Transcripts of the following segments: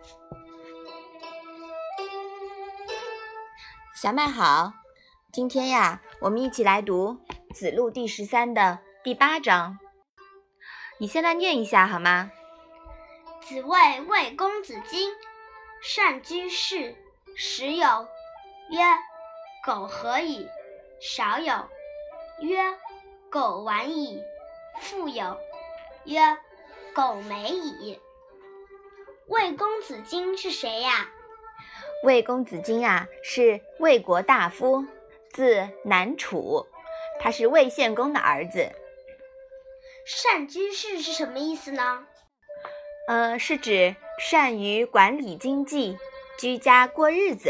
小麦好，今天呀，我们一起来读子路第13的第8章。你先来念一下好吗？ 子谓魏公子荆，善居士，时有。曰：苟合矣。少有。曰：苟玩矣。复有。曰：苟美矣。魏公子荆是谁呀？ 魏公子荆啊，是魏国大夫，字南楚，他是魏献公的儿子。 善居士是什么意思呢？ 是指善于管理经济，居家过日子。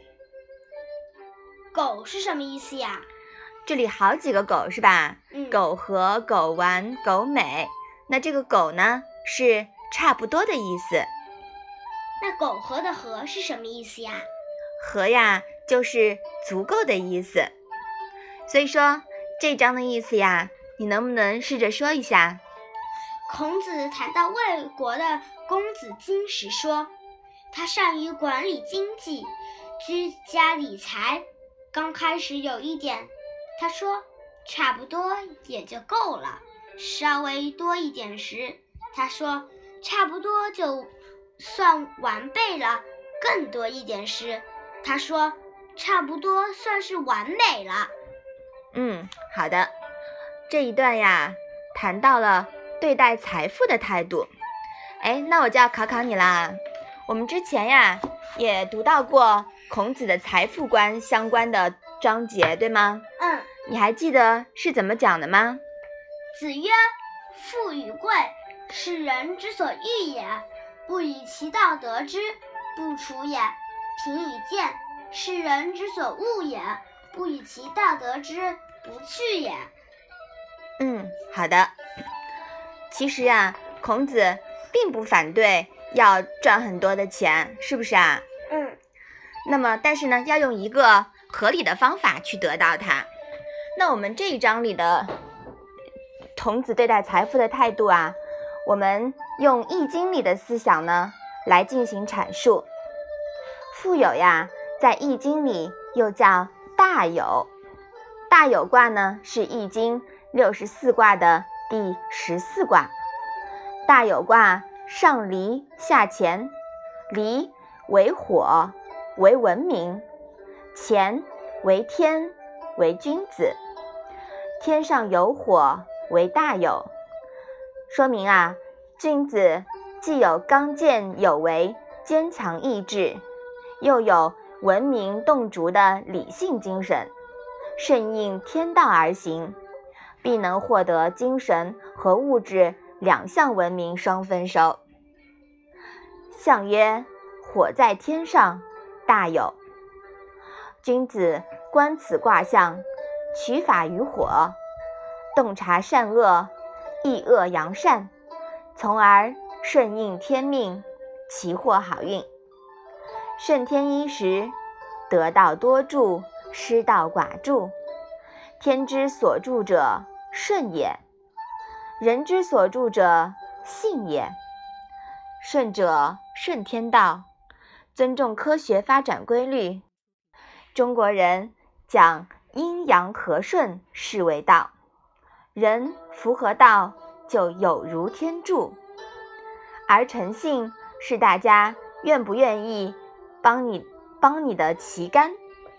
苟是什么意思呀？ 这里好几个苟是吧？苟合、苟玩、苟美。那这个苟呢，是差不多的意思。 那苟合的合是什么意思呀？ 合呀，就是足够的意思。所以说这章的意思呀，你能不能试着说一下？ 孔子谈到魏国的公子荆时说，他善于管理经济，居家理财。刚开始有一点，他说差不多也就够了。稍微多一点时，他说差不多就算完备了。更多一点时，他说差不多算是完美了。 好的。这一段呀，谈到了对待财富的态度。那我就要考考你啦。我们之前呀，也读到过孔子的财富观相关的章节，对吗？你还记得是怎么讲的吗？ 子曰：富与贵，是人之所欲也，不以其道得之，不处也。贫与贱，是人之所恶也，不以其道得之，不去也。 好的。其实啊，孔子并不反对要赚很多的钱，是不是啊？那么但是呢，要用一个合理的方法去得到它。那我们这一章里的孔子对待财富的态度啊，我们用易经里的思想呢来进行阐述。富有呀，在易经里又叫大有。大有卦呢，是易经64卦的第14卦。大有卦上离下乾，离为火，为文明；乾为天，为君子。天上有火，为大有。说明啊，君子既有刚健有为、坚强意志，又有文明洞烛的理性精神，顺应天道而行，必能获得精神和物质两项文明双丰收。象曰：火在天上，大有。君子观此卦象，取法于火，洞察善恶，抑恶扬善，从而顺应天命，其获好运。顺天一时，得道多助，失道寡助。天之所助者，顺也；人之所助者，信也。顺者顺天道，尊重科学发展规律。中国人讲阴阳和顺是为道，人符合道就有如天助。而诚信是大家愿不愿意帮你的旗杆。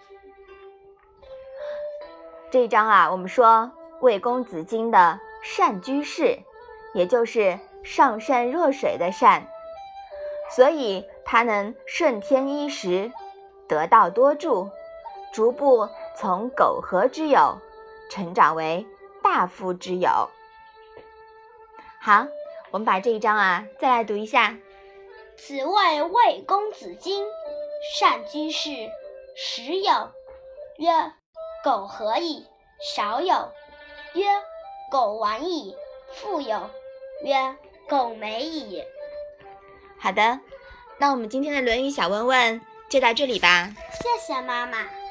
这一章啊，我们说魏公子荆的善居士，也就是上善若水的善，所以他能顺天一时，得道多助，逐步从苟合之友成长为大夫之友。好，我们把这一章啊再来读一下。 子谓魏公子荆，善居士，时有。曰：苟合矣。少有。曰：苟玩矣。复有。曰：苟美矣。 好的，那我们今天的《论语》小问问就到这里吧。 谢谢妈妈。